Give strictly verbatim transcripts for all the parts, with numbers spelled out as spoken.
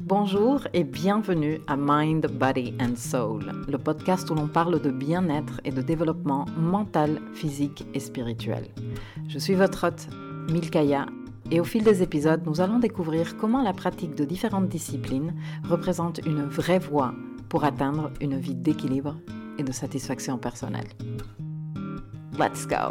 Bonjour et bienvenue à Mind, Body and Soul, le podcast où l'on parle de bien-être et de développement mental, physique et spirituel. Je suis votre hôte, Milkaya, et au fil des épisodes, nous allons découvrir comment la pratique de différentes disciplines représente une vraie voie pour atteindre une vie d'équilibre et de satisfaction personnelle. Let's go!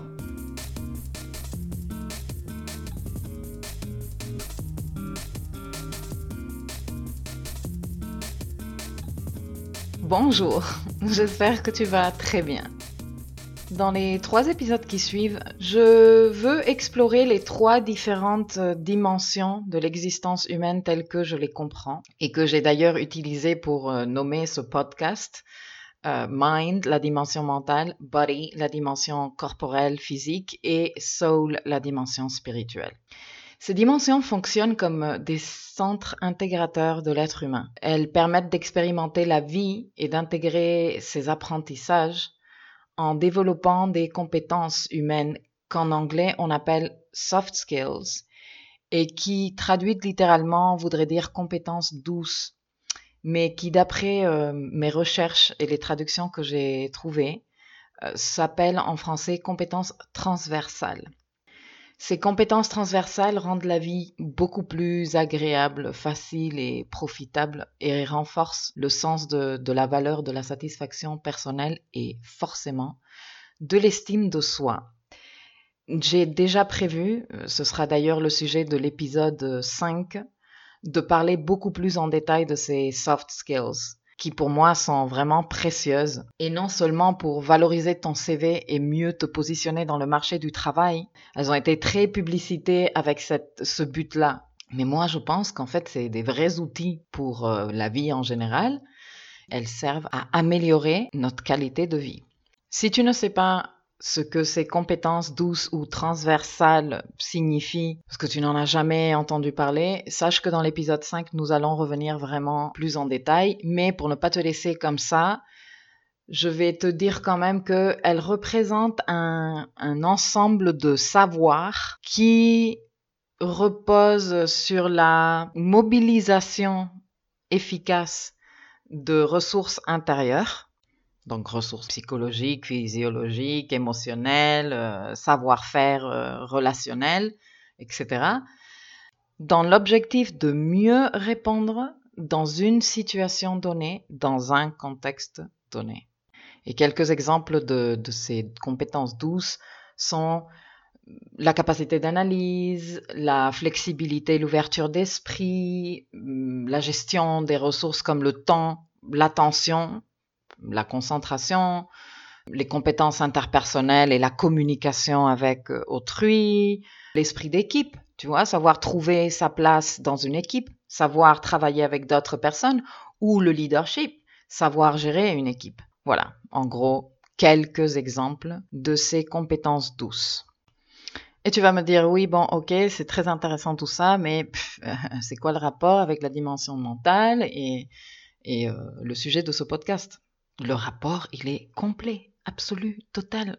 Bonjour, j'espère que tu vas très bien. Dans les trois épisodes qui suivent, je veux explorer les trois différentes dimensions de l'existence humaine telles que je les comprends et que j'ai d'ailleurs utilisées pour nommer ce podcast. Euh, mind, la dimension mentale, body, la dimension corporelle, physique et soul, la dimension spirituelle. Ces dimensions fonctionnent comme des centres intégrateurs de l'être humain. Elles permettent d'expérimenter la vie et d'intégrer ses apprentissages en développant des compétences humaines qu'en anglais on appelle soft skills et qui, traduites littéralement, voudraient dire compétences douces, mais qui, d'après euh, mes recherches et les traductions que j'ai trouvées, euh, s'appellent en français compétences transversales. Ces compétences transversales rendent la vie beaucoup plus agréable, facile et profitable et renforcent le sens de, de la valeur de la satisfaction personnelle et forcément de l'estime de soi. J'ai déjà prévu, ce sera d'ailleurs le sujet de l'épisode cinq, de parler beaucoup plus en détail de ces soft skills, qui pour moi sont vraiment précieuses, et non seulement pour valoriser ton C V et mieux te positionner dans le marché du travail. Elles ont été très publicitées avec cette, ce but-là. Mais moi, je pense qu'en fait, c'est des vrais outils pour euh, la vie en général. Elles servent à améliorer notre qualité de vie. Si tu ne sais pas ce que ces compétences douces ou transversales signifient, parce que tu n'en as jamais entendu parler, sache que dans l'épisode cinq, nous allons revenir vraiment plus en détail, mais pour ne pas te laisser comme ça, je vais te dire quand même qu'elles représentent un, un ensemble de savoirs qui repose sur la mobilisation efficace de ressources intérieures. Donc, ressources psychologiques, physiologiques, émotionnelles, euh, savoir-faire euh, relationnel, et cetera, dans l'objectif de mieux répondre dans une situation donnée, dans un contexte donné. Et quelques exemples de, de ces compétences douces sont la capacité d'analyse, la flexibilité, l'ouverture d'esprit, la gestion des ressources comme le temps, l'attention, la concentration, les compétences interpersonnelles et la communication avec autrui, l'esprit d'équipe, tu vois, savoir trouver sa place dans une équipe, savoir travailler avec d'autres personnes, ou le leadership, savoir gérer une équipe. Voilà, en gros, quelques exemples de ces compétences douces. Et tu vas me dire, oui, bon, ok, c'est très intéressant tout ça, mais pff, euh, c'est quoi le rapport avec la dimension mentale et, et euh, le sujet de ce podcast ? Le rapport, il est complet, absolu, total.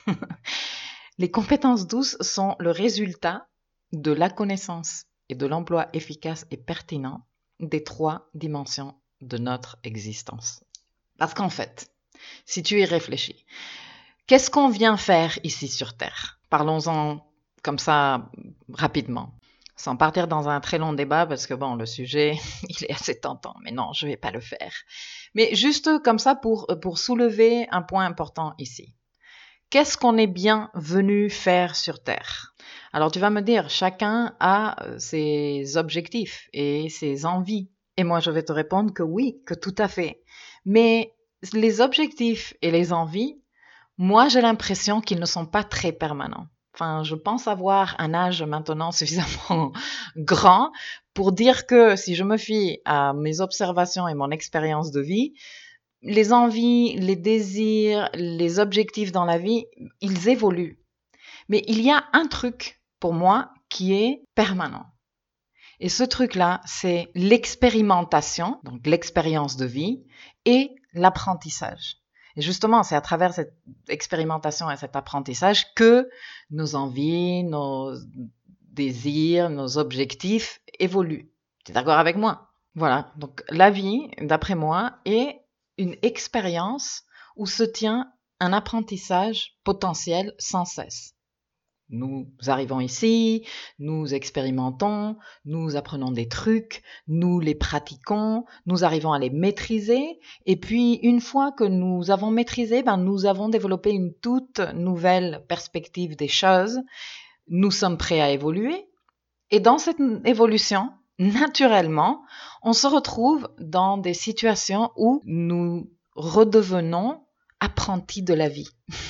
Les compétences douces sont le résultat de la connaissance et de l'emploi efficace et pertinent des trois dimensions de notre existence. Parce qu'en fait, si tu y réfléchis, qu'est-ce qu'on vient faire ici sur Terre ? Parlons-en comme ça rapidement, sans partir dans un très long débat parce que bon, le sujet, il est assez tentant, mais non, je vais pas le faire. Mais juste comme ça pour, pour soulever un point important ici. Qu'est-ce qu'on est bien venu faire sur Terre ? Alors tu vas me dire, chacun a ses objectifs et ses envies. Et moi, je vais te répondre que oui, que tout à fait. Mais les objectifs et les envies, moi, j'ai l'impression qu'ils ne sont pas très permanents. Enfin, je pense avoir un âge maintenant suffisamment grand pour dire que si je me fie à mes observations et mon expérience de vie, les envies, les désirs, les objectifs dans la vie, ils évoluent. Mais il y a un truc, pour moi, qui est permanent. Et ce truc-là, c'est l'expérimentation, donc l'expérience de vie, et l'apprentissage. Et justement, c'est à travers cette expérimentation et cet apprentissage que nos envies, nos désirs, nos objectifs évoluent. Tu es d'accord avec moi ? Voilà, donc la vie, d'après moi, est une expérience où se tient un apprentissage potentiel sans cesse. Nous arrivons ici, nous expérimentons, nous apprenons des trucs, nous les pratiquons, nous arrivons à les maîtriser, et puis une fois que nous avons maîtrisé, ben, nous avons développé une toute nouvelle perspective des choses, nous sommes prêts à évoluer, et dans cette évolution, naturellement, on se retrouve dans des situations où nous redevenons apprentis de la vie.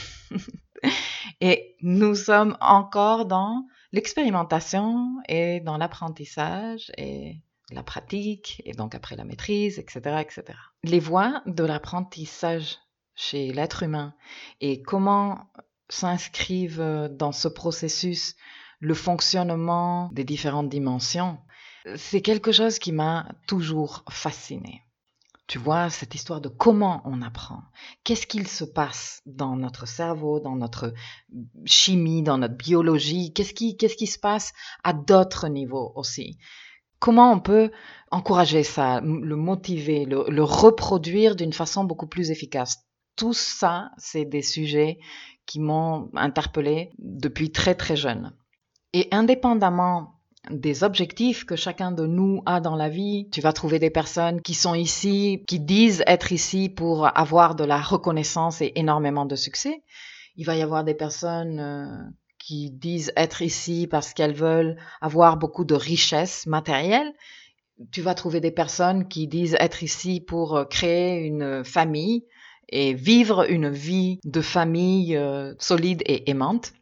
Et nous sommes encore dans l'expérimentation et dans l'apprentissage et la pratique et donc après la maîtrise, et cetera, et cetera. Les voies de l'apprentissage chez l'être humain et comment s'inscrivent dans ce processus le fonctionnement des différentes dimensions, c'est quelque chose qui m'a toujours fascinée. Tu vois, cette histoire de comment on apprend, qu'est-ce qu'il se passe dans notre cerveau, dans notre chimie, dans notre biologie, qu'est-ce qui, qu'est-ce qui se passe à d'autres niveaux aussi. Comment on peut encourager ça, le motiver, le, le reproduire d'une façon beaucoup plus efficace. Tout ça, c'est des sujets qui m'ont interpellée depuis très très jeune. Et indépendamment des objectifs que chacun de nous a dans la vie. Tu vas trouver des personnes qui sont ici, qui disent être ici pour avoir de la reconnaissance et énormément de succès. Il va y avoir des personnes euh, qui disent être ici parce qu'elles veulent avoir beaucoup de richesses matérielles. Tu vas trouver des personnes qui disent être ici pour créer une famille et vivre une vie de famille euh, solide et aimante.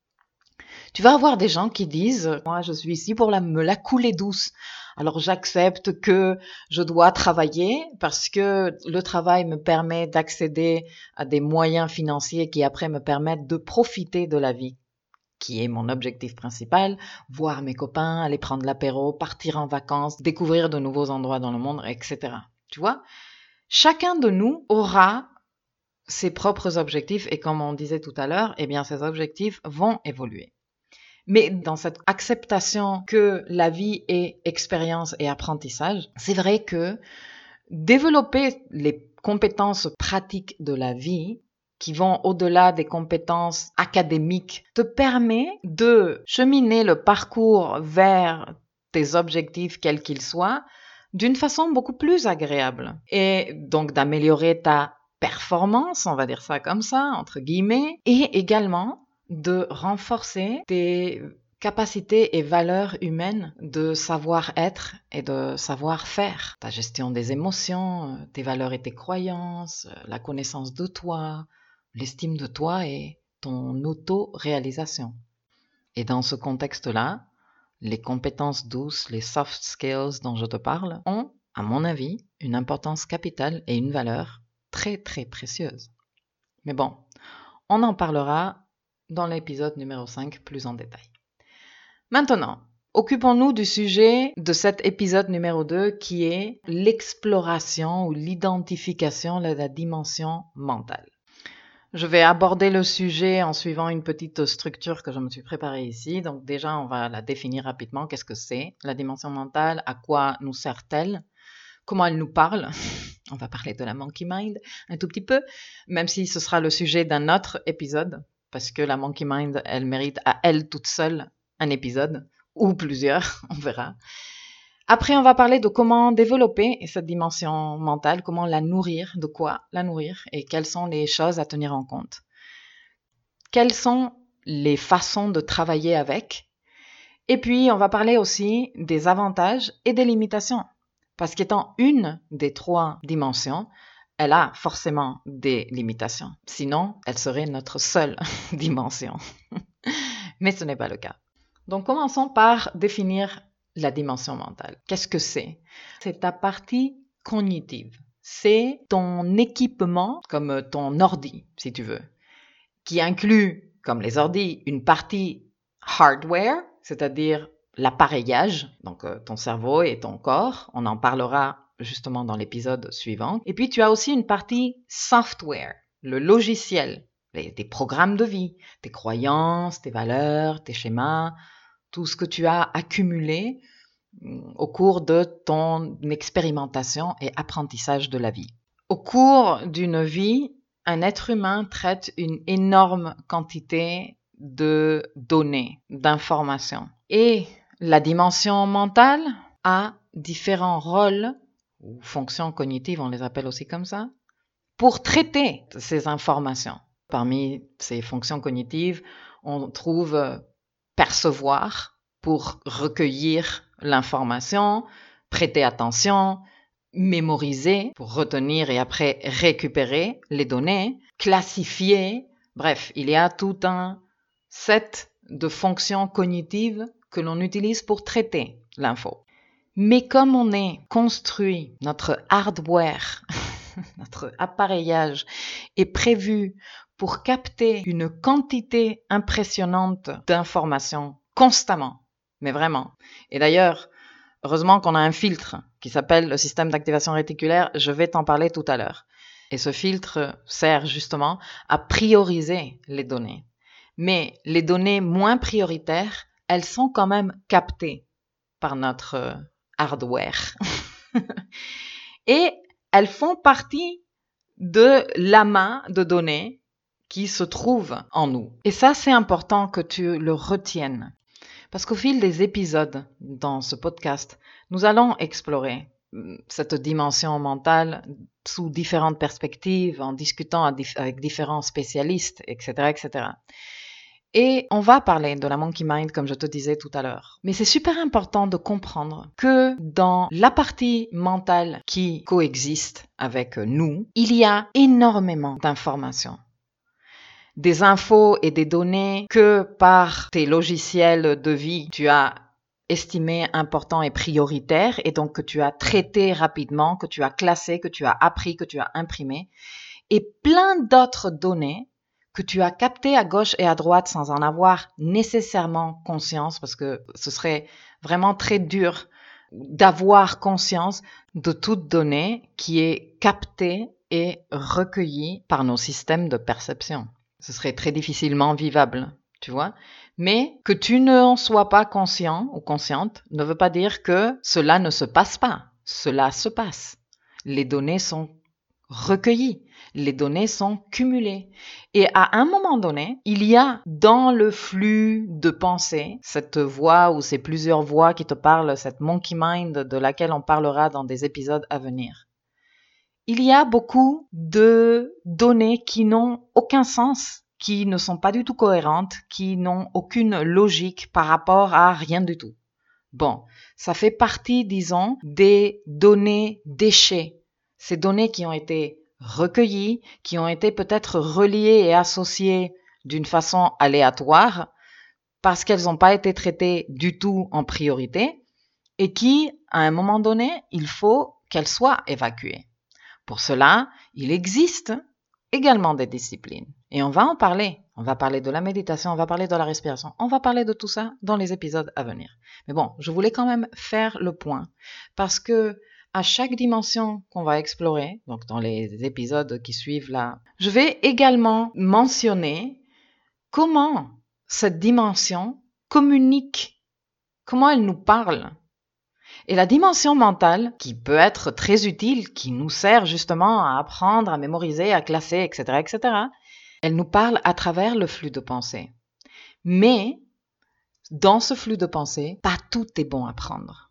Tu vas avoir des gens qui disent « Moi, je suis ici pour la, me la couler douce. Alors, j'accepte que je dois travailler parce que le travail me permet d'accéder à des moyens financiers qui après me permettent de profiter de la vie, qui est mon objectif principal, voir mes copains, aller prendre l'apéro, partir en vacances, découvrir de nouveaux endroits dans le monde, et cetera. Tu vois, chacun de nous aura ses propres objectifs et comme on disait tout à l'heure, eh bien, ces objectifs vont évoluer. Mais dans cette acceptation que la vie est expérience et apprentissage, c'est vrai que développer les compétences pratiques de la vie, qui vont au-delà des compétences académiques, te permet de cheminer le parcours vers tes objectifs, quels qu'ils soient, d'une façon beaucoup plus agréable. Et donc d'améliorer ta performance, on va dire ça comme ça, entre guillemets, et également de renforcer tes capacités et valeurs humaines de savoir-être et de savoir-faire. Ta gestion des émotions, tes valeurs et tes croyances, la connaissance de toi, l'estime de toi et ton auto-réalisation. Et dans ce contexte-là, les compétences douces, les soft skills dont je te parle, ont, à mon avis, une importance capitale et une valeur très très précieuse. Mais bon, on en parlera dans l'épisode numéro cinq plus en détail. Maintenant, occupons-nous du sujet de cet épisode numéro deux qui est l'exploration ou l'identification de la dimension mentale. Je vais aborder le sujet en suivant une petite structure que je me suis préparée ici. Donc déjà, on va la définir rapidement. Qu'est-ce que c'est la dimension mentale? À quoi nous sert-elle? Comment elle nous parle? On va parler de la monkey mind un tout petit peu, même si ce sera le sujet d'un autre épisode, parce que la monkey mind, elle mérite à elle toute seule un épisode, ou plusieurs, on verra. Après, on va parler de comment développer cette dimension mentale, comment la nourrir, de quoi la nourrir, et quelles sont les choses à tenir en compte. Quelles sont les façons de travailler avec? Et puis, on va parler aussi des avantages et des limitations. Parce qu'étant une des trois dimensions, elle a forcément des limitations. Sinon, elle serait notre seule dimension. Mais ce n'est pas le cas. Donc, commençons par définir la dimension mentale. Qu'est-ce que c'est? C'est ta partie cognitive. C'est ton équipement, comme ton ordi, si tu veux, qui inclut, comme les ordis, une partie hardware, c'est-à-dire l'appareillage, donc euh, ton cerveau et ton corps. On en parlera justement dans l'épisode suivant. Et puis, tu as aussi une partie software, le logiciel, les, tes programmes de vie, tes croyances, tes valeurs, tes schémas, tout ce que tu as accumulé au cours de ton expérimentation et apprentissage de la vie. Au cours d'une vie, un être humain traite une énorme quantité de données, d'informations. Et la dimension mentale a différents rôles, ou fonctions cognitives, on les appelle aussi comme ça, pour traiter ces informations. Parmi ces fonctions cognitives, on trouve percevoir pour recueillir l'information, prêter attention, mémoriser pour retenir et après récupérer les données, classifier. Bref, il y a tout un set de fonctions cognitives que l'on utilise pour traiter l'info. Mais comme on est construit, notre hardware, notre appareillage est prévu pour capter une quantité impressionnante d'informations constamment, mais vraiment. Et d'ailleurs, heureusement qu'on a un filtre qui s'appelle le système d'activation réticulaire, je vais t'en parler tout à l'heure. Et ce filtre sert justement à prioriser les données. Mais les données moins prioritaires, elles sont quand même captées par notre hardware. Et elles font partie de l'amas de données qui se trouve en nous. Et ça, c'est important que tu le retiennes. Parce qu'au fil des épisodes dans ce podcast, nous allons explorer cette dimension mentale sous différentes perspectives, en discutant avec différents spécialistes, et cetera, et cetera. Et on va parler de la monkey mind, comme je te disais tout à l'heure. Mais c'est super important de comprendre que dans la partie mentale qui coexiste avec nous, il y a énormément d'informations. Des infos et des données que par tes logiciels de vie, tu as estimé importants et prioritaires et donc que tu as traité rapidement, que tu as classé, que tu as appris, que tu as imprimé. Et plein d'autres données que tu as captées à gauche et à droite sans en avoir nécessairement conscience, parce que ce serait vraiment très dur d'avoir conscience de toute donnée qui est captée et recueillie par nos systèmes de perception. Ce serait très difficilement vivable, tu vois. Mais que tu n'en sois pas conscient ou consciente ne veut pas dire que cela ne se passe pas. Cela se passe. Les données sont recueillies. Les données sont cumulées. Et à un moment donné, il y a dans le flux de pensée, cette voix ou ces plusieurs voix qui te parlent, cette monkey mind de laquelle on parlera dans des épisodes à venir. Il y a beaucoup de données qui n'ont aucun sens, qui ne sont pas du tout cohérentes, qui n'ont aucune logique par rapport à rien du tout. Bon, ça fait partie, disons, des données déchets. Ces données qui ont été recueillies, qui ont été peut-être reliées et associées d'une façon aléatoire, parce qu'elles n'ont pas été traitées du tout en priorité, et qui, à un moment donné, il faut qu'elles soient évacuées. Pour cela, il existe également des disciplines. Et on va en parler. On va parler de la méditation, on va parler de la respiration. On va parler de tout ça dans les épisodes à venir. Mais bon, je voulais quand même faire le point parce que à chaque dimension qu'on va explorer, donc dans les épisodes qui suivent là, je vais également mentionner comment cette dimension communique, comment elle nous parle. Et la dimension mentale, qui peut être très utile, qui nous sert justement à apprendre, à mémoriser, à classer, et cetera, et cetera, elle nous parle à travers le flux de pensée. Mais, dans ce flux de pensée, pas tout est bon à prendre.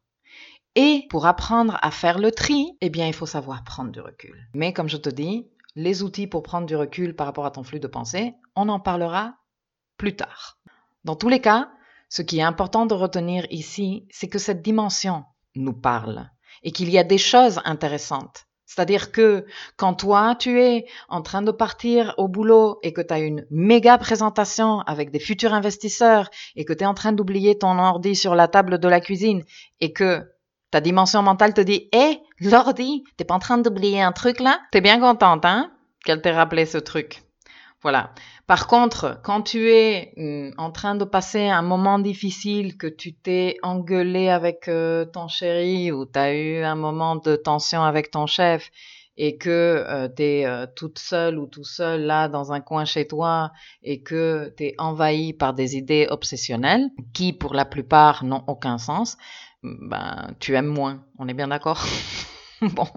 Et pour apprendre à faire le tri, eh bien, il faut savoir prendre du recul. Mais comme je te dis, les outils pour prendre du recul par rapport à ton flux de pensée, on en parlera plus tard. Dans tous les cas, ce qui est important de retenir ici, c'est que cette dimension nous parle et qu'il y a des choses intéressantes. C'est-à-dire que quand toi, tu es en train de partir au boulot et que tu as une méga présentation avec des futurs investisseurs et que tu es en train d'oublier ton ordi sur la table de la cuisine et que ta dimension mentale te dit « Hé, hey, l'ordi, t'es pas en train d'oublier un truc là ?» T'es bien contente, hein, qu'elle t'ait rappelé ce truc. Voilà. Par contre, quand tu es euh, en train de passer un moment difficile, que tu t'es engueulé avec euh, ton chéri ou tu as eu un moment de tension avec ton chef et que euh, tu es euh, toute seule ou tout seul là dans un coin chez toi et que tu es envahi par des idées obsessionnelles qui pour la plupart n'ont aucun sens, ben, tu aimes moins. On est bien d'accord? Bon.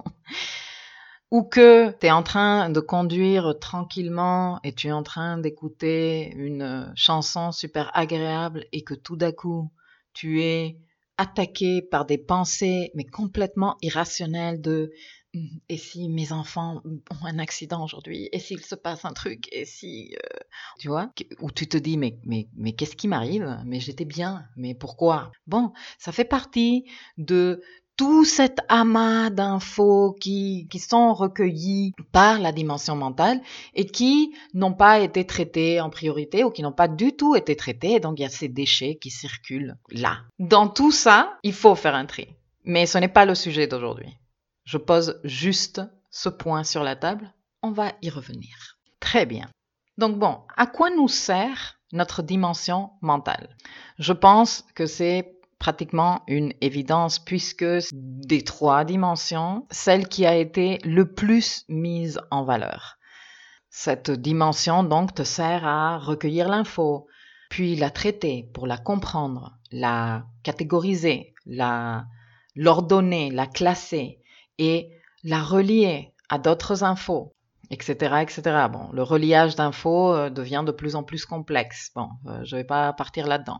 Ou que tu es en train de conduire tranquillement et tu es en train d'écouter une chanson super agréable et que tout d'un coup, tu es attaqué par des pensées mais complètement irrationnelles de et si mes enfants ont un accident aujourd'hui, et s'il se passe un truc, et si euh, tu vois, où tu te dis mais mais mais qu'est-ce qui m'arrive? Mais j'étais bien, mais pourquoi? Bon, ça fait partie de tout cet amas d'infos qui, qui sont recueillies par la dimension mentale et qui n'ont pas été traitées en priorité ou qui n'ont pas du tout été traitées. Et donc, il y a ces déchets qui circulent là. Dans tout ça, il faut faire un tri. Mais ce n'est pas le sujet d'aujourd'hui. Je pose juste ce point sur la table. On va y revenir. Très bien. Donc bon, à quoi nous sert notre dimension mentale? Je pense que c'est pratiquement une évidence puisque des trois dimensions, celle qui a été le plus mise en valeur. Cette dimension donc te sert à recueillir l'info, puis la traiter pour la comprendre, la catégoriser, la l'ordonner, la classer et la relier à d'autres infos, et cetera, et cetera. Bon, le reliage d'infos euh, devient de plus en plus complexe. Bon, euh, je ne vais pas partir là-dedans.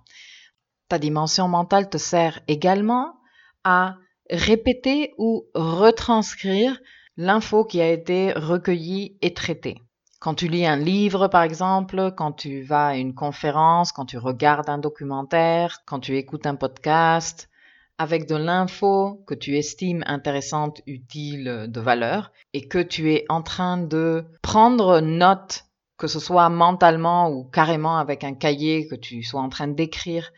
Ta dimension mentale te sert également à répéter ou retranscrire l'info qui a été recueillie et traitée. Quand tu lis un livre, par exemple, quand tu vas à une conférence, quand tu regardes un documentaire, quand tu écoutes un podcast, avec de l'info que tu estimes intéressante, utile, de valeur, et que tu es en train de prendre note, que ce soit mentalement ou carrément avec un cahier que tu sois en train d'écrire,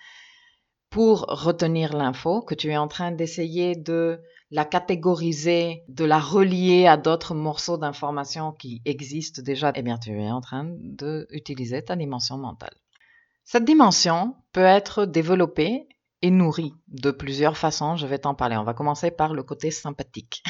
pour retenir l'info, que tu es en train d'essayer de la catégoriser, de la relier à d'autres morceaux d'informations qui existent déjà, eh bien, tu es en train d'utiliser ta dimension mentale. Cette dimension peut être développée et nourrie de plusieurs façons. Je vais t'en parler. On va commencer par le côté sympathique.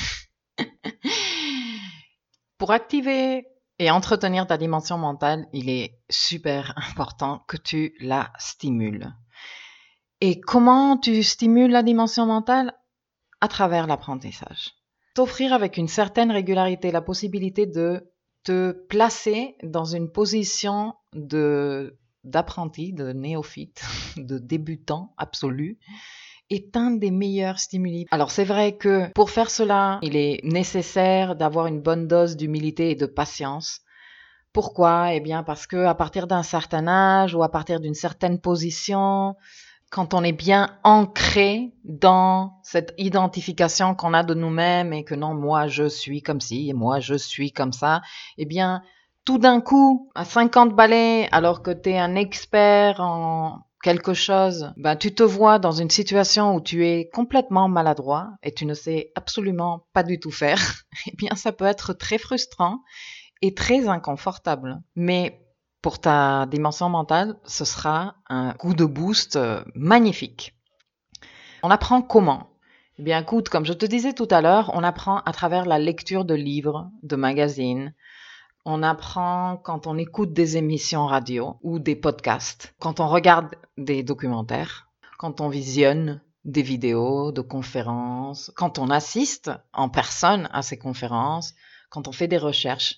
Pour activer et entretenir ta dimension mentale, il est super important que tu la stimules. Et comment tu stimules la dimension mentale? À travers l'apprentissage. T'offrir avec une certaine régularité la possibilité de te placer dans une position de, d'apprenti, de néophyte, de débutant absolu, est un des meilleurs stimuli. Alors c'est vrai que pour faire cela, il est nécessaire d'avoir une bonne dose d'humilité et de patience. Pourquoi? Eh bien parce que à partir d'un certain âge ou à partir d'une certaine position, quand on est bien ancré dans cette identification qu'on a de nous-mêmes et que non, moi je suis comme ci, et moi je suis comme ça, eh bien, tout d'un coup, à cinquante balais, alors que tu es un expert en quelque chose, ben, tu te vois dans une situation où tu es complètement maladroit et tu ne sais absolument pas du tout faire, eh bien, ça peut être très frustrant et très inconfortable. Mais pour ta dimension mentale, ce sera un coup de boost magnifique. On apprend comment? Eh bien, écoute, comme je te disais tout à l'heure, on apprend à travers la lecture de livres, de magazines. On apprend quand on écoute des émissions radio ou des podcasts, quand on regarde des documentaires, quand on visionne des vidéos de conférences, quand on assiste en personne à ces conférences, quand on fait des recherches.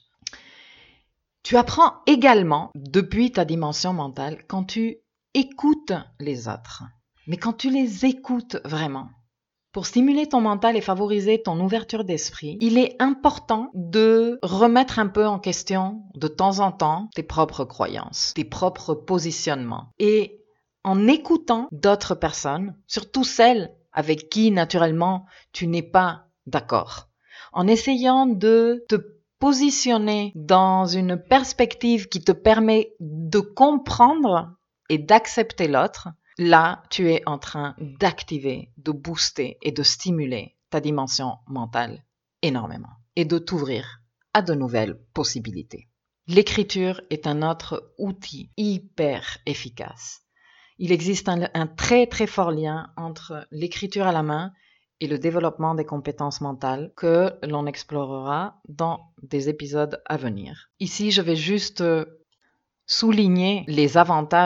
Tu apprends également depuis ta dimension mentale quand tu écoutes les autres, mais quand tu les écoutes vraiment. Pour stimuler ton mental et favoriser ton ouverture d'esprit, il est important de remettre un peu en question de temps en temps tes propres croyances, tes propres positionnements. Et en écoutant d'autres personnes, surtout celles avec qui naturellement tu n'es pas d'accord, en essayant de te positionner dans une perspective qui te permet de comprendre et d'accepter l'autre, là, tu es en train d'activer, de booster et de stimuler ta dimension mentale énormément et de t'ouvrir à de nouvelles possibilités. L'écriture est un autre outil hyper efficace. Il existe un, un très très fort lien entre l'écriture à la main et le développement des compétences mentales que l'on explorera dans des épisodes à venir. Ici, je vais juste souligner les avantages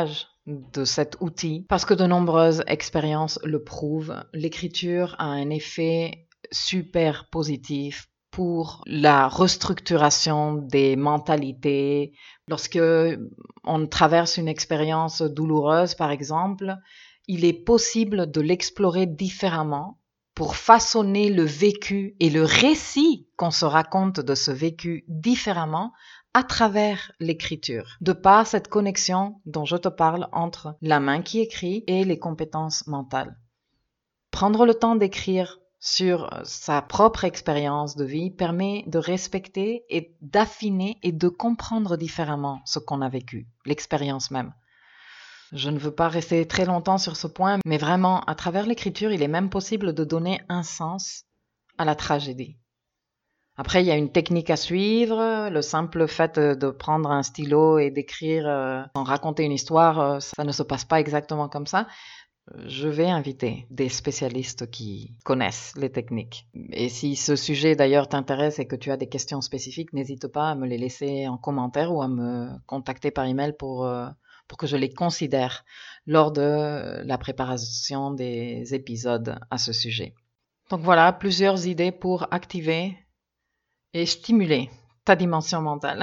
de cet outil parce que de nombreuses expériences le prouvent. L'écriture a un effet super positif pour la restructuration des mentalités. Lorsque on traverse une expérience douloureuse, par exemple, il est possible de l'explorer différemment pour façonner le vécu et le récit qu'on se raconte de ce vécu différemment à travers l'écriture, de par cette connexion dont je te parle entre la main qui écrit et les compétences mentales. Prendre le temps d'écrire sur sa propre expérience de vie permet de respecter et d'affiner et de comprendre différemment ce qu'on a vécu, l'expérience même. Je ne veux pas rester très longtemps sur ce point, mais vraiment, à travers l'écriture, il est même possible de donner un sens à la tragédie. Après, il y a une technique à suivre. Le simple fait de prendre un stylo et d'écrire, euh, sans raconter une histoire, ça ne se passe pas exactement comme ça. Je vais inviter des spécialistes qui connaissent les techniques. Et si ce sujet d'ailleurs t'intéresse et que tu as des questions spécifiques, n'hésite pas à me les laisser en commentaire ou à me contacter par email pour, euh, pour que je les considère lors de la préparation des épisodes à ce sujet. Donc voilà, plusieurs idées pour activer et stimuler ta dimension mentale.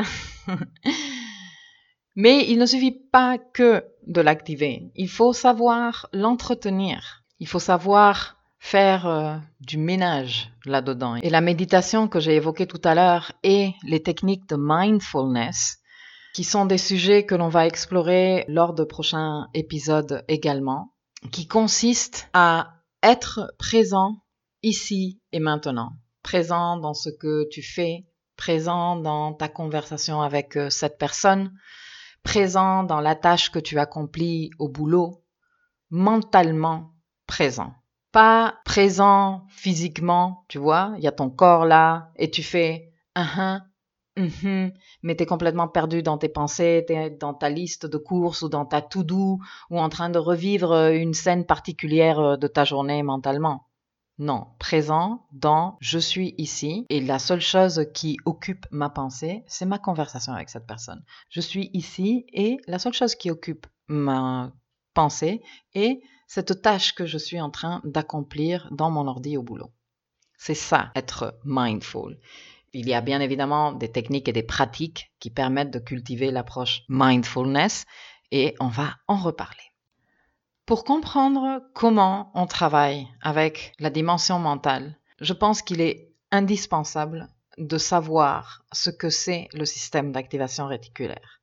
Mais il ne suffit pas que de l'activer. Il faut savoir l'entretenir. Il faut savoir faire euh, du ménage là-dedans. Et la méditation que j'ai évoquée tout à l'heure et les techniques de mindfulness, qui sont des sujets que l'on va explorer lors de prochains épisodes également, qui consistent à être présent ici et maintenant. Présent dans ce que tu fais, présent dans ta conversation avec cette personne, présent dans la tâche que tu accomplis au boulot, mentalement présent. Pas présent physiquement, tu vois, il y a ton corps là et tu fais uh-huh, uh-huh, mais t'es complètement perdu dans tes pensées, t'es dans ta liste de courses ou dans ta to-do ou en train de revivre une scène particulière de ta journée mentalement. Non, présent dans « je suis ici » et la seule chose qui occupe ma pensée, c'est ma conversation avec cette personne. Je suis ici et la seule chose qui occupe ma pensée est cette tâche que je suis en train d'accomplir dans mon ordi au boulot. C'est ça, être mindful. Il y a bien évidemment des techniques et des pratiques qui permettent de cultiver l'approche mindfulness et on va en reparler. Pour comprendre comment on travaille avec la dimension mentale, je pense qu'il est indispensable de savoir ce que c'est le système d'activation réticulaire.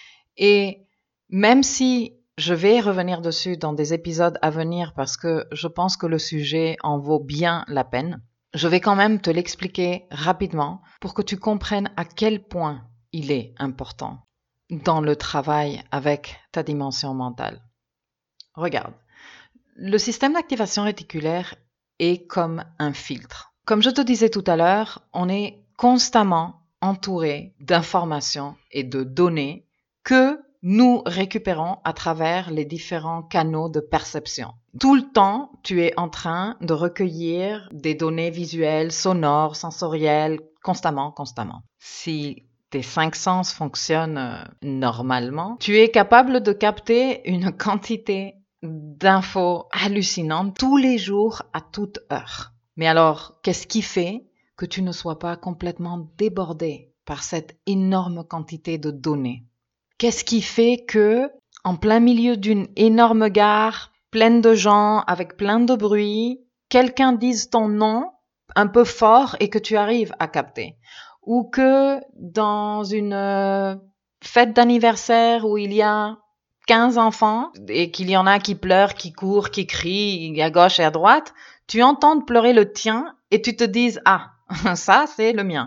Et même si je vais revenir dessus dans des épisodes à venir parce que je pense que le sujet en vaut bien la peine, je vais quand même te l'expliquer rapidement pour que tu comprennes à quel point il est important dans le travail avec ta dimension mentale. Regarde, le système d'activation réticulaire est comme un filtre. Comme je te disais tout à l'heure, on est constamment entouré d'informations et de données que nous récupérons à travers les différents canaux de perception. Tout le temps, tu es en train de recueillir des données visuelles, sonores, sensorielles, constamment, constamment. Si tes cinq sens fonctionnent normalement, tu es capable de capter une quantité d'infos hallucinantes tous les jours à toute heure. Mais alors, qu'est-ce qui fait que tu ne sois pas complètement débordé par cette énorme quantité de données? Qu'est-ce qui fait que, en plein milieu d'une énorme gare, pleine de gens, avec plein de bruit, quelqu'un dise ton nom un peu fort et que tu arrives à capter? Ou que dans une fête d'anniversaire où il y a quinze enfants et qu'il y en a qui pleurent, qui courent, qui crient à gauche et à droite, tu entends pleurer le tien et tu te dises « Ah, ça c'est le mien ».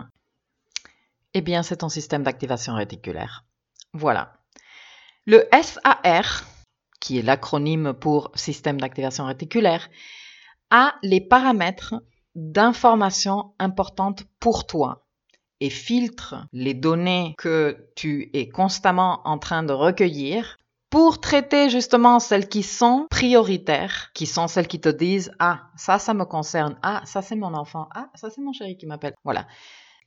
Eh bien, c'est ton système d'activation réticulaire. Voilà. Le S A R, qui est l'acronyme pour système d'activation réticulaire, a les paramètres d'informations importantes pour toi et filtre les données que tu es constamment en train de recueillir pour traiter justement celles qui sont prioritaires, qui sont celles qui te disent « Ah, ça, ça me concerne. Ah, ça, c'est mon enfant. Ah, ça, c'est mon chéri qui m'appelle. » Voilà.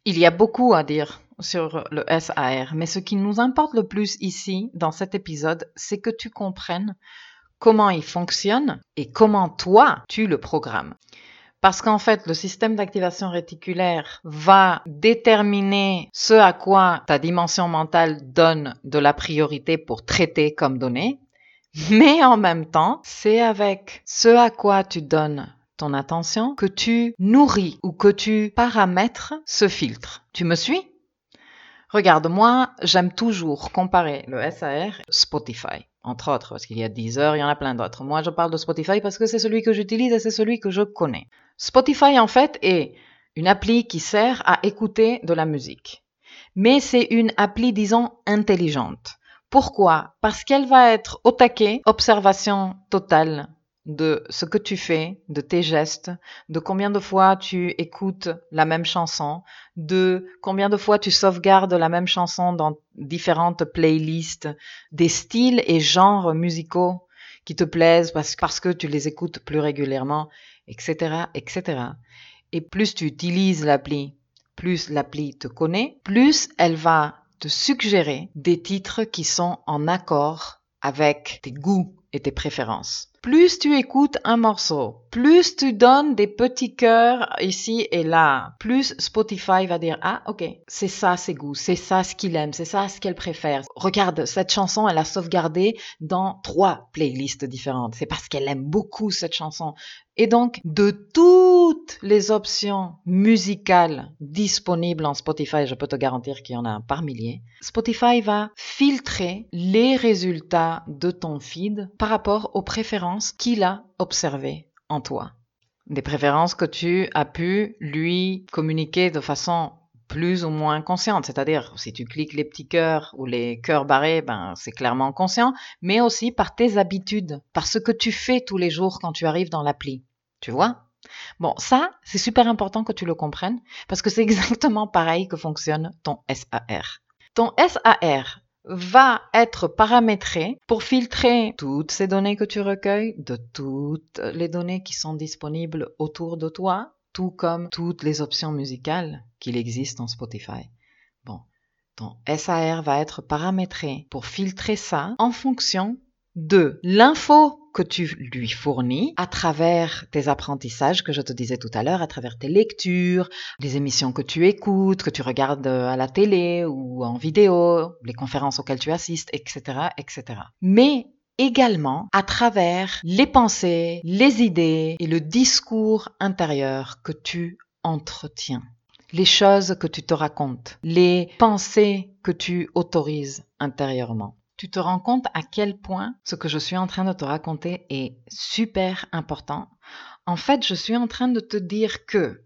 Il y a beaucoup à dire sur le S A R, mais ce qui nous importe le plus ici, dans cet épisode, c'est que tu comprennes comment il fonctionne et comment toi, tu le programmes. Parce qu'en fait, le système d'activation réticulaire va déterminer ce à quoi ta dimension mentale donne de la priorité pour traiter comme données, mais en même temps, c'est avec ce à quoi tu donnes ton attention que tu nourris ou que tu paramètres ce filtre. Tu me suis? Regarde, moi, j'aime toujours comparer le S A R Spotify, entre autres, parce qu'il y a Deezer, il y en a plein d'autres. Moi, je parle de Spotify parce que c'est celui que j'utilise et c'est celui que je connais. Spotify, en fait, est une appli qui sert à écouter de la musique. Mais c'est une appli, disons, intelligente. Pourquoi? Parce qu'elle va être au taquet, observation totale de ce que tu fais, de tes gestes, de combien de fois tu écoutes la même chanson, de combien de fois tu sauvegardes la même chanson dans différentes playlists, des styles et genres musicaux qui te plaisent parce, parce que tu les écoutes plus régulièrement, et cetera, et cetera. Et plus tu utilises l'appli, plus l'appli te connaît, plus elle va te suggérer des titres qui sont en accord avec tes goûts et tes préférences. Plus tu écoutes un morceau, plus tu donnes des petits cœurs ici et là, plus Spotify va dire « Ah, ok, c'est ça ses goûts, c'est ça ce qu'il aime, c'est ça ce qu'elle préfère. Regarde, cette chanson, elle a sauvegardé dans trois playlists différentes. C'est parce qu'elle aime beaucoup cette chanson. » Et donc, de toutes les options musicales disponibles en Spotify, je peux te garantir qu'il y en a par milliers, Spotify va filtrer les résultats de ton feed par rapport aux préférences qu'il a observées en toi. Des préférences que tu as pu lui communiquer de façon plus ou moins consciente, c'est-à-dire si tu cliques les petits cœurs ou les cœurs barrés, ben c'est clairement conscient, mais aussi par tes habitudes, par ce que tu fais tous les jours quand tu arrives dans l'appli. Tu vois? Bon, ça, c'est super important que tu le comprennes parce que c'est exactement pareil que fonctionne ton S A R. Ton S A R va être paramétré pour filtrer toutes ces données que tu recueilles de toutes les données qui sont disponibles autour de toi, tout comme toutes les options musicales qu'il existe en Spotify. Bon, ton S A R va être paramétré pour filtrer ça en fonction de l'info que tu lui fournis à travers tes apprentissages que je te disais tout à l'heure, à travers tes lectures, les émissions que tu écoutes, que tu regardes à la télé ou en vidéo, les conférences auxquelles tu assistes, et cetera, et cetera. Mais également à travers les pensées, les idées et le discours intérieur que tu entretiens. Les choses que tu te racontes, les pensées que tu autorises intérieurement. Tu te rends compte à quel point ce que je suis en train de te raconter est super important. En fait, je suis en train de te dire que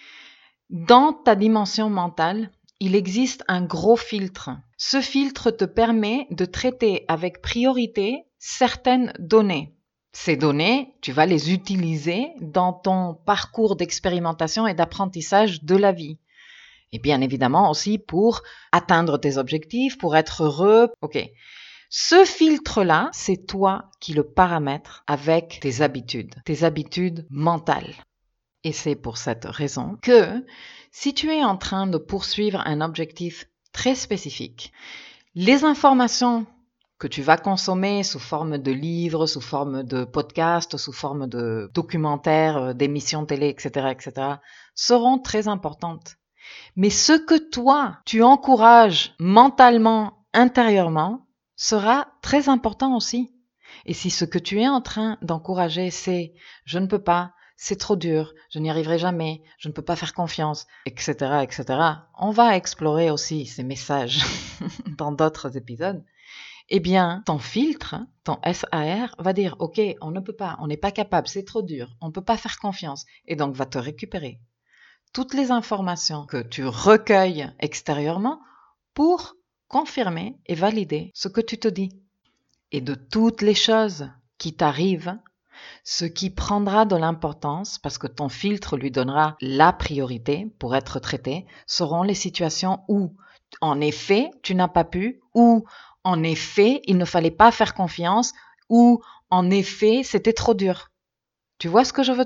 dans ta dimension mentale, il existe un gros filtre. Ce filtre te permet de traiter avec priorité certaines données. Ces données, tu vas les utiliser dans ton parcours d'expérimentation et d'apprentissage de la vie. Et bien évidemment aussi pour atteindre tes objectifs, pour être heureux. Ok. Ce filtre-là, c'est toi qui le paramètres avec tes habitudes, tes habitudes mentales. Et c'est pour cette raison que si tu es en train de poursuivre un objectif très spécifique, les informations que tu vas consommer sous forme de livres, sous forme de podcasts, sous forme de documentaires, d'émissions télé, et cetera, et cetera, seront très importantes. Mais ce que toi, tu encourages mentalement, intérieurement, sera très important aussi. Et si ce que tu es en train d'encourager, c'est « je ne peux pas, c'est trop dur, je n'y arriverai jamais, je ne peux pas faire confiance, et cetera, et cetera » On va explorer aussi ces messages dans d'autres épisodes. Eh bien, ton filtre, ton S A R, va dire « ok, on ne peut pas, on n'est pas capable, c'est trop dur, on ne peut pas faire confiance » et donc va te récupérer toutes les informations que tu recueilles extérieurement pour confirmer et valider ce que tu te dis. Et de toutes les choses qui t'arrivent, ce qui prendra de l'importance, parce que ton filtre lui donnera la priorité pour être traité, seront les situations où, en effet, tu n'as pas pu, ou en effet, il ne fallait pas faire confiance, ou en effet, c'était trop dur. Tu vois ce que je veux te dire ?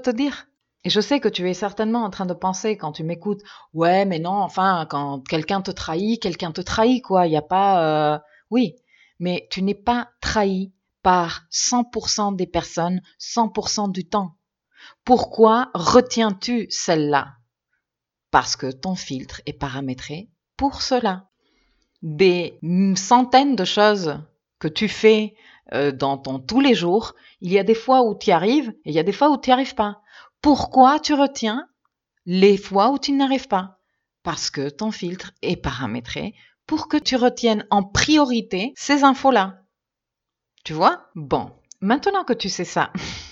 Et je sais que tu es certainement en train de penser quand tu m'écoutes, ouais, mais non, enfin, quand quelqu'un te trahit, quelqu'un te trahit, quoi. Il n'y a pas, euh... oui, mais tu n'es pas trahi par cent pour cent des personnes, cent pour cent du temps. Pourquoi retiens-tu celle-là? Parce que ton filtre est paramétré pour cela. Des centaines de choses que tu fais euh, dans ton tous les jours, il y a des fois où tu y arrives et il y a des fois où tu n'y arrives pas. Pourquoi tu retiens les fois où tu n'arrives pas? Parce que ton filtre est paramétré pour que tu retiennes en priorité ces infos-là. Tu vois? Bon, maintenant que tu sais ça,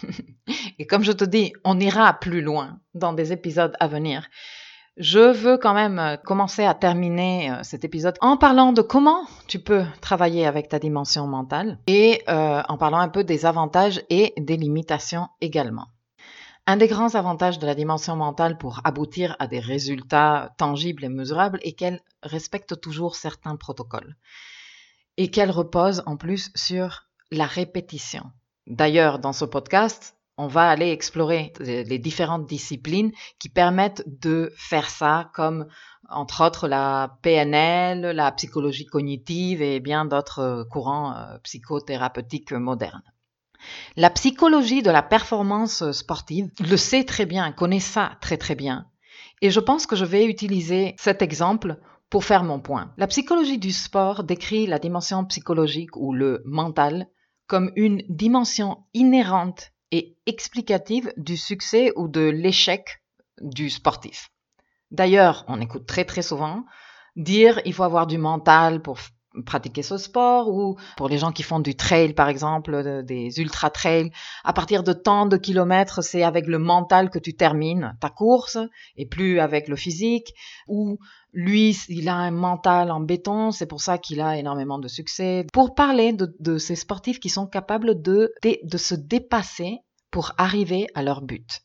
et comme je te dis, on ira plus loin dans des épisodes à venir, je veux quand même commencer à terminer cet épisode en parlant de comment tu peux travailler avec ta dimension mentale et euh, en parlant un peu des avantages et des limitations également. Un des grands avantages de la dimension mentale pour aboutir à des résultats tangibles et mesurables est qu'elle respecte toujours certains protocoles et qu'elle repose en plus sur la répétition. D'ailleurs, dans ce podcast, on va aller explorer les différentes disciplines qui permettent de faire ça, comme entre autres la P N L, la psychologie cognitive et bien d'autres courants psychothérapeutiques modernes. La psychologie de la performance sportive le sait très bien, connaît ça très très bien. Et je pense que je vais utiliser cet exemple pour faire mon point. La psychologie du sport décrit la dimension psychologique ou le mental comme une dimension inhérente et explicative du succès ou de l'échec du sportif. D'ailleurs, on écoute très très souvent dire il faut avoir du mental pour pratiquer ce sport, ou pour les gens qui font du trail par exemple, des ultra trails, à partir de tant de kilomètres, c'est avec le mental que tu termines ta course et plus avec le physique, ou lui il a un mental en béton, c'est pour ça qu'il a énormément de succès. Pour parler de, de ces sportifs qui sont capables de, de, de se dépasser pour arriver à leur but.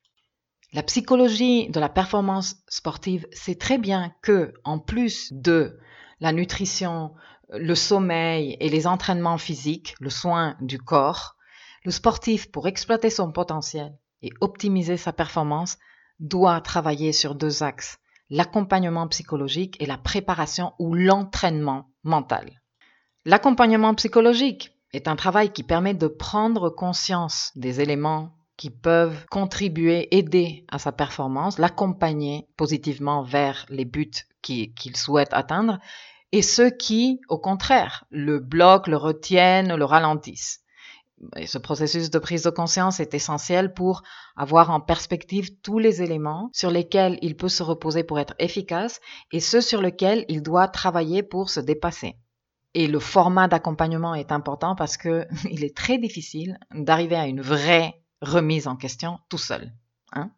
La psychologie de la performance sportive sait très bien que, en plus de la nutrition, le sommeil et les entraînements physiques, le soin du corps, le sportif, pour exploiter son potentiel et optimiser sa performance, doit travailler sur deux axes, l'accompagnement psychologique et la préparation ou l'entraînement mental. L'accompagnement psychologique est un travail qui permet de prendre conscience des éléments qui peuvent contribuer, aider à sa performance, l'accompagner positivement vers les buts qu'il souhaite atteindre, et ceux qui, au contraire, le bloquent, le retiennent, le ralentissent. Et ce processus de prise de conscience est essentiel pour avoir en perspective tous les éléments sur lesquels il peut se reposer pour être efficace et ceux sur lesquels il doit travailler pour se dépasser. Et le format d'accompagnement est important parce que il est très difficile d'arriver à une vraie remise en question tout seul. Hein?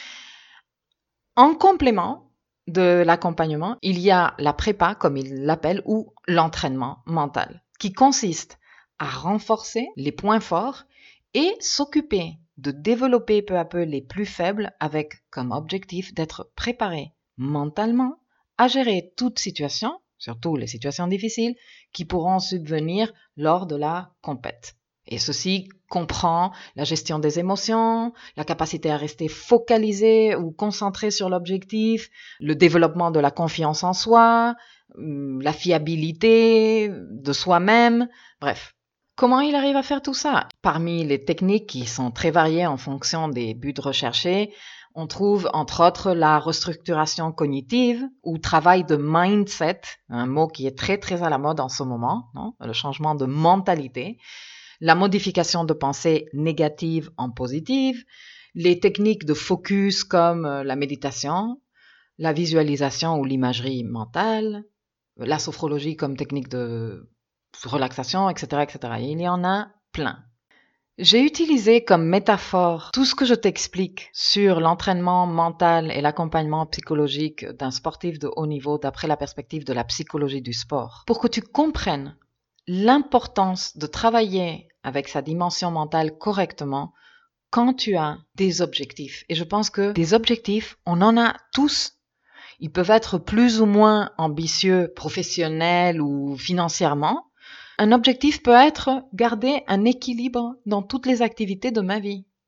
En complément de l'accompagnement, il y a la prépa, comme il l'appelle, ou l'entraînement mental, qui consiste à renforcer les points forts et s'occuper de développer peu à peu les plus faibles avec comme objectif d'être préparé mentalement à gérer toute situation, surtout les situations difficiles, qui pourront subvenir lors de la compète. Et ceci comprend la gestion des émotions, la capacité à rester focalisé ou concentré sur l'objectif, le développement de la confiance en soi, la fiabilité de soi-même, bref. Comment il arrive à faire tout ça? Parmi les techniques qui sont très variées en fonction des buts recherchés, on trouve entre autres la restructuration cognitive ou travail de mindset, un mot qui est très très à la mode en ce moment, non? Le changement de mentalité, la modification de pensée négative en positive, les techniques de focus comme la méditation, la visualisation ou l'imagerie mentale, la sophrologie comme technique de relaxation, et cetera, et cetera. Il y en a plein. J'ai utilisé comme métaphore tout ce que je t'explique sur l'entraînement mental et l'accompagnement psychologique d'un sportif de haut niveau d'après la perspective de la psychologie du sport, pour que tu comprennes l'importance de travailler avec sa dimension mentale correctement quand tu as des objectifs. Et je pense que des objectifs, on en a tous. Ils peuvent être plus ou moins ambitieux, professionnels ou financièrement. Un objectif peut être garder un équilibre dans toutes les activités de ma vie.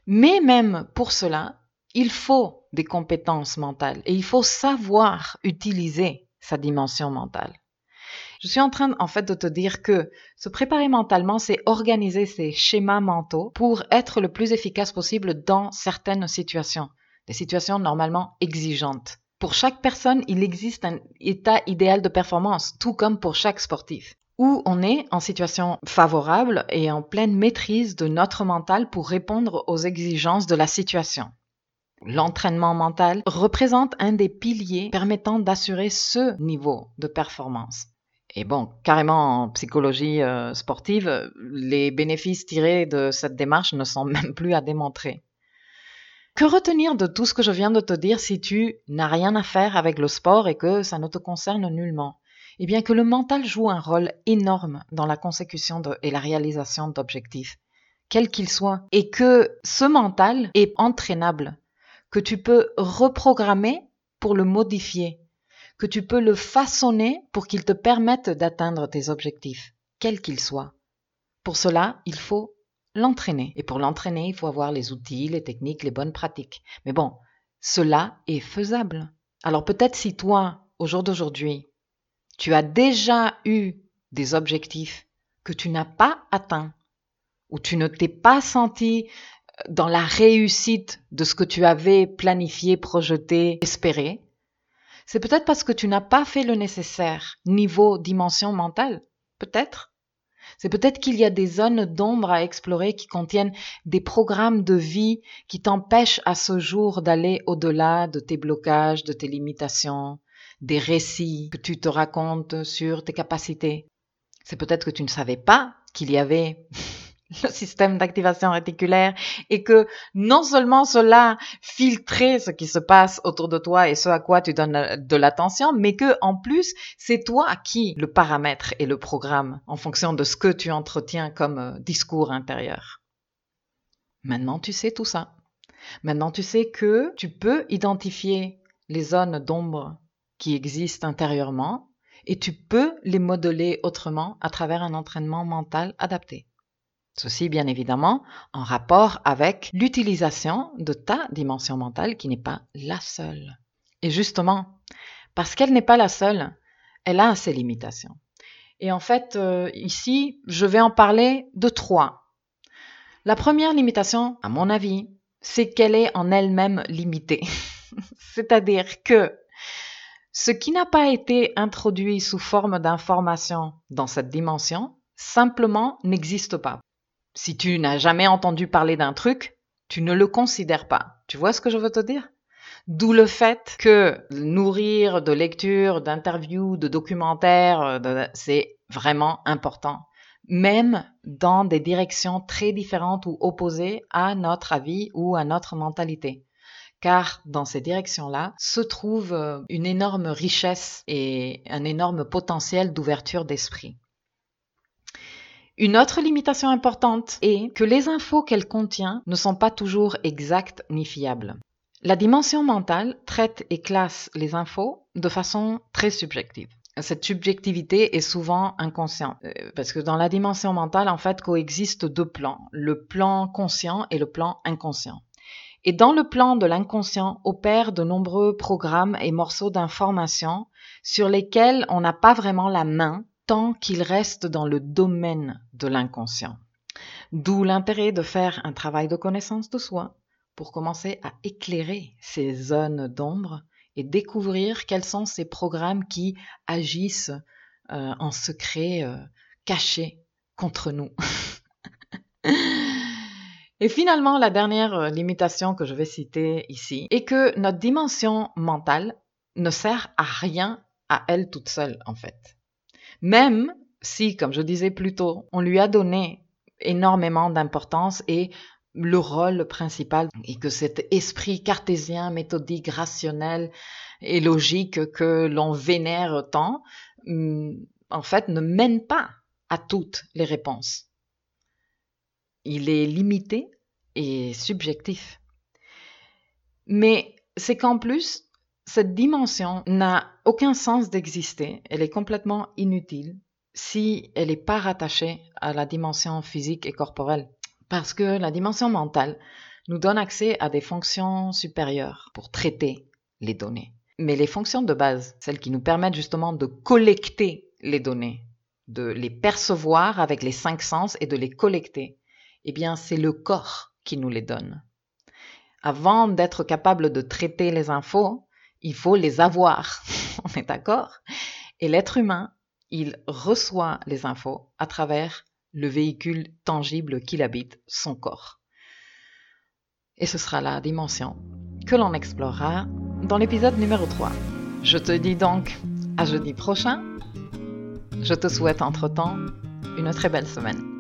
Mais même pour cela, il faut des compétences mentales et il faut savoir utiliser sa dimension mentale. Je suis en train, en fait, de te dire que se préparer mentalement, c'est organiser ses schémas mentaux pour être le plus efficace possible dans certaines situations, des situations normalement exigeantes. Pour chaque personne, il existe un état idéal de performance, tout comme pour chaque sportif, où on est en situation favorable et en pleine maîtrise de notre mental pour répondre aux exigences de la situation. L'entraînement mental représente un des piliers permettant d'assurer ce niveau de performance. Et bon, carrément en psychologie euh, sportive, les bénéfices tirés de cette démarche ne sont même plus à démontrer. Que retenir de tout ce que je viens de te dire si tu n'as rien à faire avec le sport et que ça ne te concerne nullement? Eh bien que le mental joue un rôle énorme dans la consécution de, et la réalisation d'objectifs, quels qu'ils soient, et que ce mental est entraînable, que tu peux reprogrammer pour le modifier, que tu peux le façonner pour qu'il te permette d'atteindre tes objectifs, quels qu'ils soient. Pour cela, il faut l'entraîner. Et pour l'entraîner, il faut avoir les outils, les techniques, les bonnes pratiques. Mais bon, cela est faisable. Alors peut-être si toi, au jour d'aujourd'hui, tu as déjà eu des objectifs que tu n'as pas atteints, ou tu ne t'es pas senti dans la réussite de ce que tu avais planifié, projeté, espéré, c'est peut-être parce que tu n'as pas fait le nécessaire niveau dimension mentale. Peut-être. C'est peut-être qu'il y a des zones d'ombre à explorer qui contiennent des programmes de vie qui t'empêchent à ce jour d'aller au-delà de tes blocages, de tes limitations, des récits que tu te racontes sur tes capacités. C'est peut-être que tu ne savais pas qu'il y avait le système d'activation réticulaire et que non seulement cela filtrait ce qui se passe autour de toi et ce à quoi tu donnes de l'attention, mais que en plus, c'est toi qui le paramètre et le programme en fonction de ce que tu entretiens comme discours intérieur. Maintenant, tu sais tout ça. Maintenant, tu sais que tu peux identifier les zones d'ombre qui existent intérieurement et tu peux les modeler autrement à travers un entraînement mental adapté. Ceci, bien évidemment, en rapport avec l'utilisation de ta dimension mentale qui n'est pas la seule. Et justement, parce qu'elle n'est pas la seule, elle a ses limitations. Et en fait, euh, ici, je vais en parler de trois. La première limitation, à mon avis, c'est qu'elle est en elle-même limitée. C'est-à-dire que ce qui n'a pas été introduit sous forme d'information dans cette dimension, simplement n'existe pas. Si tu n'as jamais entendu parler d'un truc, tu ne le considères pas. Tu vois ce que je veux te dire? D'où le fait que nourrir de lectures, d'interviews, de documentaires, de, c'est vraiment important. Même dans des directions très différentes ou opposées à notre avis ou à notre mentalité. Car dans ces directions-là se trouve une énorme richesse et un énorme potentiel d'ouverture d'esprit. Une autre limitation importante est que les infos qu'elle contient ne sont pas toujours exactes ni fiables. La dimension mentale traite et classe les infos de façon très subjective. Cette subjectivité est souvent inconsciente, parce que dans la dimension mentale, en fait, coexistent deux plans, le plan conscient et le plan inconscient. Et dans le plan de l'inconscient opèrent de nombreux programmes et morceaux d'informations sur lesquels on n'a pas vraiment la main, tant qu'il reste dans le domaine de l'inconscient. D'où l'intérêt de faire un travail de connaissance de soi pour commencer à éclairer ces zones d'ombre et découvrir quels sont ces programmes qui agissent euh, en secret, euh, cachés contre nous. Et finalement, la dernière limitation que je vais citer ici est que notre dimension mentale ne sert à rien à elle toute seule, en fait. Même si, comme je disais plus tôt, on lui a donné énormément d'importance et le rôle principal, et que cet esprit cartésien, méthodique, rationnel et logique que l'on vénère tant, en fait, ne mène pas à toutes les réponses. Il est limité et subjectif. Mais c'est qu'en plus, cette dimension n'a aucun sens d'exister, elle est complètement inutile si elle n'est pas rattachée à la dimension physique et corporelle. Parce que la dimension mentale nous donne accès à des fonctions supérieures pour traiter les données. Mais les fonctions de base, celles qui nous permettent justement de collecter les données, de les percevoir avec les cinq sens et de les collecter, eh bien, c'est le corps qui nous les donne. Avant d'être capable de traiter les infos, il faut les avoir. On est d'accord? Et l'être humain, il reçoit les infos à travers le véhicule tangible qu'il habite, son corps. Et ce sera la dimension que l'on explorera dans l'épisode numéro trois. Je te dis donc à jeudi prochain. Je te souhaite entre-temps une très belle semaine.